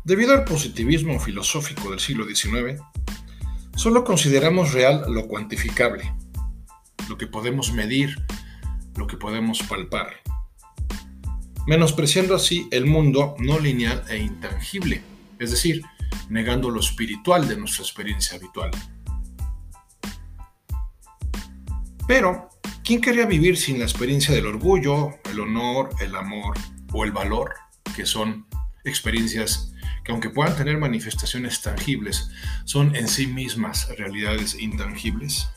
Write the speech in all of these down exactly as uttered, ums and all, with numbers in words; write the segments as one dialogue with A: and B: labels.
A: Debido al positivismo filosófico del siglo diecinueve, solo consideramos real lo cuantificable, lo que podemos medir, lo que podemos palpar, menospreciando así el mundo no lineal e intangible, es decir, negando lo espiritual de nuestra experiencia habitual. Pero, ¿quién querría vivir sin la experiencia del orgullo, el honor, el amor o el valor, que son experiencias que, aunque puedan tener manifestaciones tangibles, son en sí mismas realidades intangibles?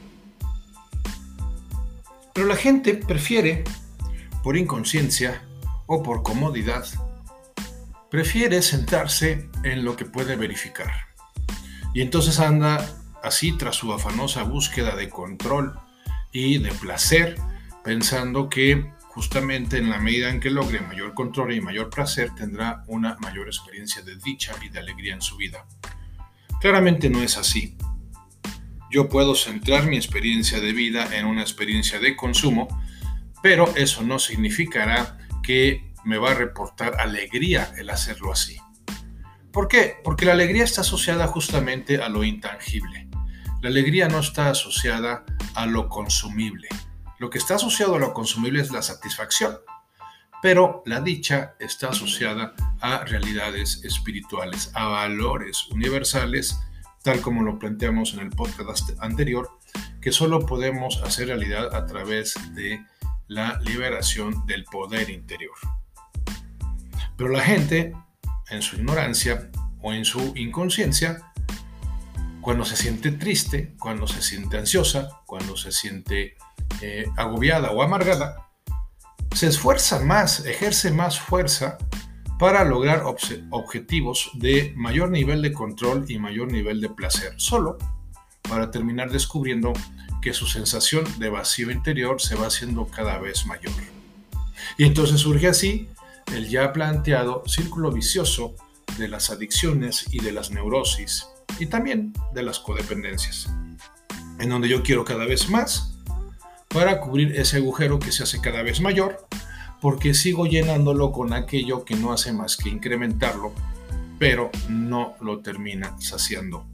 A: Pero la gente prefiere, por inconsciencia o por comodidad, prefiere centrarse en lo que puede verificar. Y entonces anda así tras su afanosa búsqueda de control y de placer, pensando que justamente en la medida en que logre mayor control y mayor placer, tendrá una mayor experiencia de dicha y de alegría en su vida. Claramente no es así. Yo puedo centrar mi experiencia de vida en una experiencia de consumo, pero eso no significará que me va a reportar alegría el hacerlo así. ¿Por qué? Porque la alegría está asociada justamente a lo intangible. La alegría no está asociada a lo consumible. Lo que está asociado a lo consumible es la satisfacción, pero la dicha está asociada a realidades espirituales, a valores universales, tal como lo planteamos en el podcast anterior, que solo podemos hacer realidad a través de la liberación del poder interior. Pero la gente, en su ignorancia o en su inconsciencia, cuando se siente triste, cuando se siente ansiosa, cuando se siente eh, agobiada o amargada, se esfuerza más, ejerce más fuerza para lograr obje- objetivos de mayor nivel de control y mayor nivel de placer, solo para terminar descubriendo que su sensación de vacío interior se va haciendo cada vez mayor. Y entonces surge así el ya planteado círculo vicioso de las adicciones y de las neurosis, y también de las codependencias, en donde yo quiero cada vez más para cubrir ese agujero que se hace cada vez mayor, porque sigo llenándolo con aquello que no hace más que incrementarlo, pero no lo termina saciando.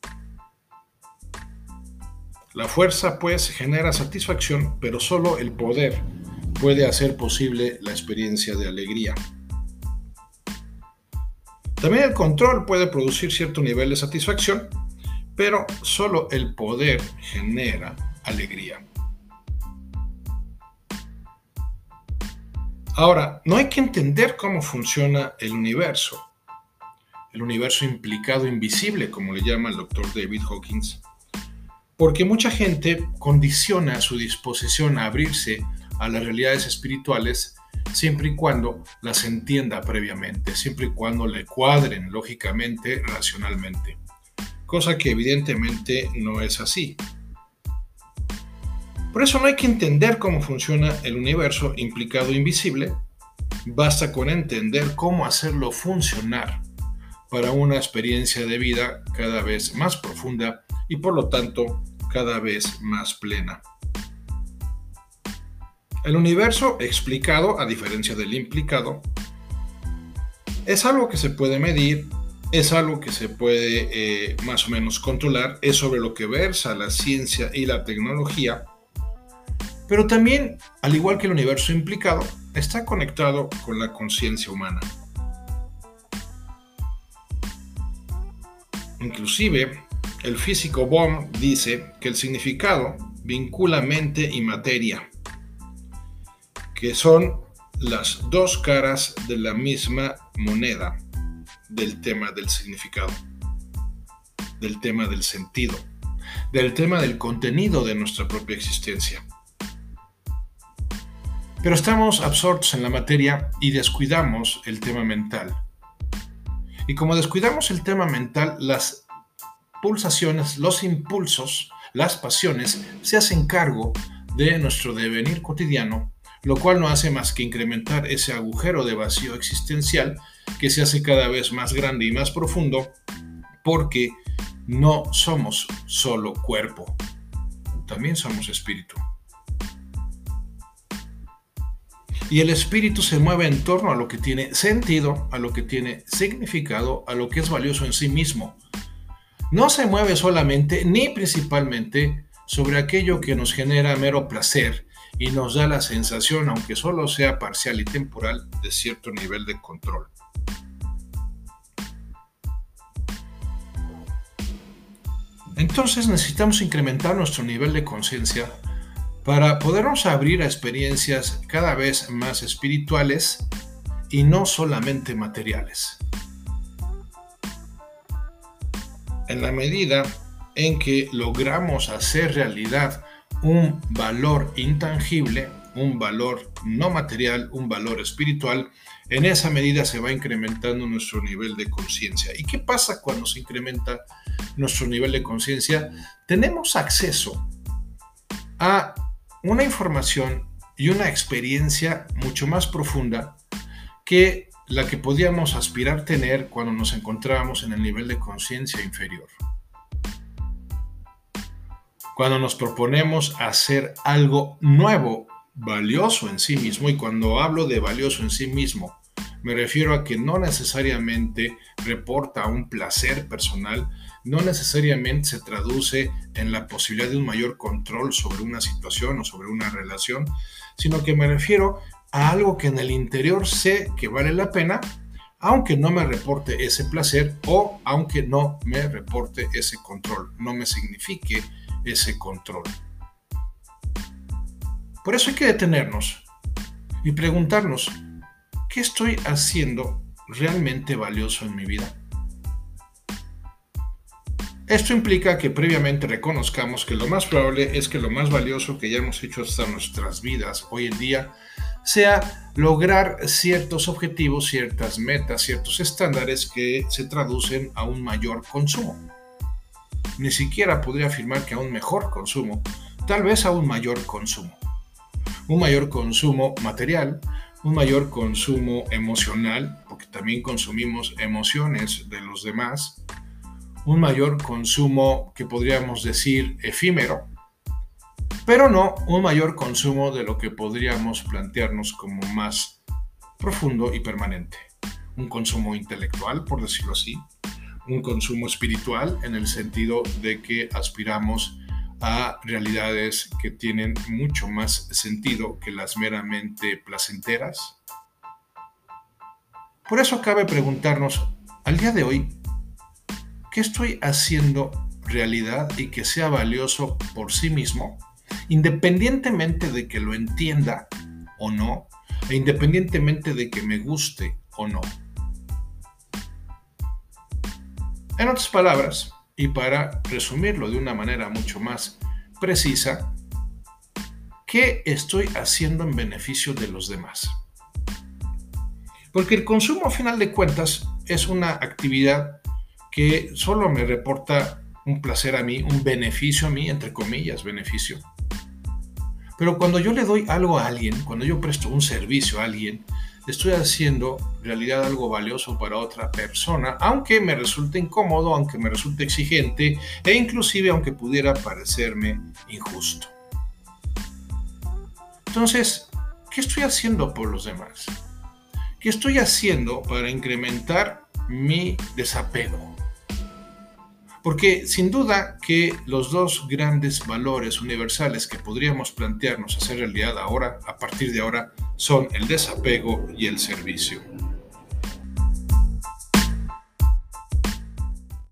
A: La fuerza, pues, genera satisfacción, pero solo el poder puede hacer posible la experiencia de alegría. También el control puede producir cierto nivel de satisfacción, pero solo el poder genera alegría. Ahora, no hay que entender cómo funciona el universo, el universo implicado invisible, como le llama el doctor David Hawkins, porque mucha gente condiciona su disposición a abrirse a las realidades espirituales siempre y cuando las entienda previamente, siempre y cuando le cuadren lógicamente, racionalmente, cosa que evidentemente no es así. Por eso no hay que entender cómo funciona el universo implicado invisible, basta con entender cómo hacerlo funcionar para una experiencia de vida cada vez más profunda y por lo tanto cada vez más plena. El universo explicado, a diferencia del implicado, es algo que se puede medir, es algo que se puede eh, más o menos controlar, es sobre lo que versa la ciencia y la tecnología, pero también, al igual que el universo implicado, está conectado con la conciencia humana. Inclusive, el físico Bohm dice que el significado vincula mente y materia, que son las dos caras de la misma moneda del tema del significado, del tema del sentido, del tema del contenido de nuestra propia existencia. Pero estamos absortos en la materia y descuidamos el tema mental. Y como descuidamos el tema mental, las pulsaciones, los impulsos, las pasiones se hacen cargo de nuestro devenir cotidiano, lo cual no hace más que incrementar ese agujero de vacío existencial que se hace cada vez más grande y más profundo, porque no somos solo cuerpo, también somos espíritu. Y el espíritu se mueve en torno a lo que tiene sentido, a lo que tiene significado, a lo que es valioso en sí mismo. No se mueve solamente ni principalmente sobre aquello que nos genera mero placer y nos da la sensación, aunque solo sea parcial y temporal, de cierto nivel de control. Entonces necesitamos incrementar nuestro nivel de conciencia para podernos abrir a experiencias cada vez más espirituales y no solamente materiales. En la medida en que logramos hacer realidad un valor intangible, un valor no material, un valor espiritual, en esa medida se va incrementando nuestro nivel de conciencia. ¿Y qué pasa cuando se incrementa nuestro nivel de conciencia? Tenemos acceso a una información y una experiencia mucho más profunda que la que podíamos aspirar tener cuando nos encontrábamos en el nivel de conciencia inferior. Cuando nos proponemos hacer algo nuevo, valioso en sí mismo, y cuando hablo de valioso en sí mismo, me refiero a que no necesariamente reporta un placer personal, no necesariamente se traduce en la posibilidad de un mayor control sobre una situación o sobre una relación, sino que me refiero a algo que en el interior sé que vale la pena, aunque no me reporte ese placer o aunque no me reporte ese control, no me signifique ese control. Por eso hay que detenernos y preguntarnos, ¿qué estoy haciendo realmente valioso en mi vida? Esto implica que previamente reconozcamos que lo más probable es que lo más valioso que hayamos hecho hasta nuestras vidas hoy en día sea lograr ciertos objetivos, ciertas metas, ciertos estándares que se traducen a un mayor consumo. Ni siquiera podría afirmar que a un mejor consumo, tal vez a un mayor consumo. Un mayor consumo material, un mayor consumo emocional, porque también consumimos emociones de los demás, un mayor consumo que podríamos decir efímero, pero no un mayor consumo de lo que podríamos plantearnos como más profundo y permanente. Un consumo intelectual, por decirlo así, un consumo espiritual en el sentido de que aspiramos a realidades que tienen mucho más sentido que las meramente placenteras. Por eso cabe preguntarnos, al día de hoy, ¿qué estoy haciendo realidad y que sea valioso por sí mismo, independientemente de que lo entienda o no, e independientemente de que me guste o no? En otras palabras, y para resumirlo de una manera mucho más precisa, ¿qué estoy haciendo en beneficio de los demás? Porque el consumo, a final de cuentas, es una actividad que solo me reporta un placer a mí, un beneficio a mí, entre comillas, beneficio. Pero cuando yo le doy algo a alguien, cuando yo presto un servicio a alguien, estoy haciendo realidad algo valioso para otra persona, aunque me resulte incómodo, aunque me resulte exigente e inclusive aunque pudiera parecerme injusto. Entonces, ¿qué estoy haciendo por los demás? ¿Qué estoy haciendo para incrementar mi desapego? Porque sin duda que los dos grandes valores universales que podríamos plantearnos hacer realidad ahora, a partir de ahora, son el desapego y el servicio.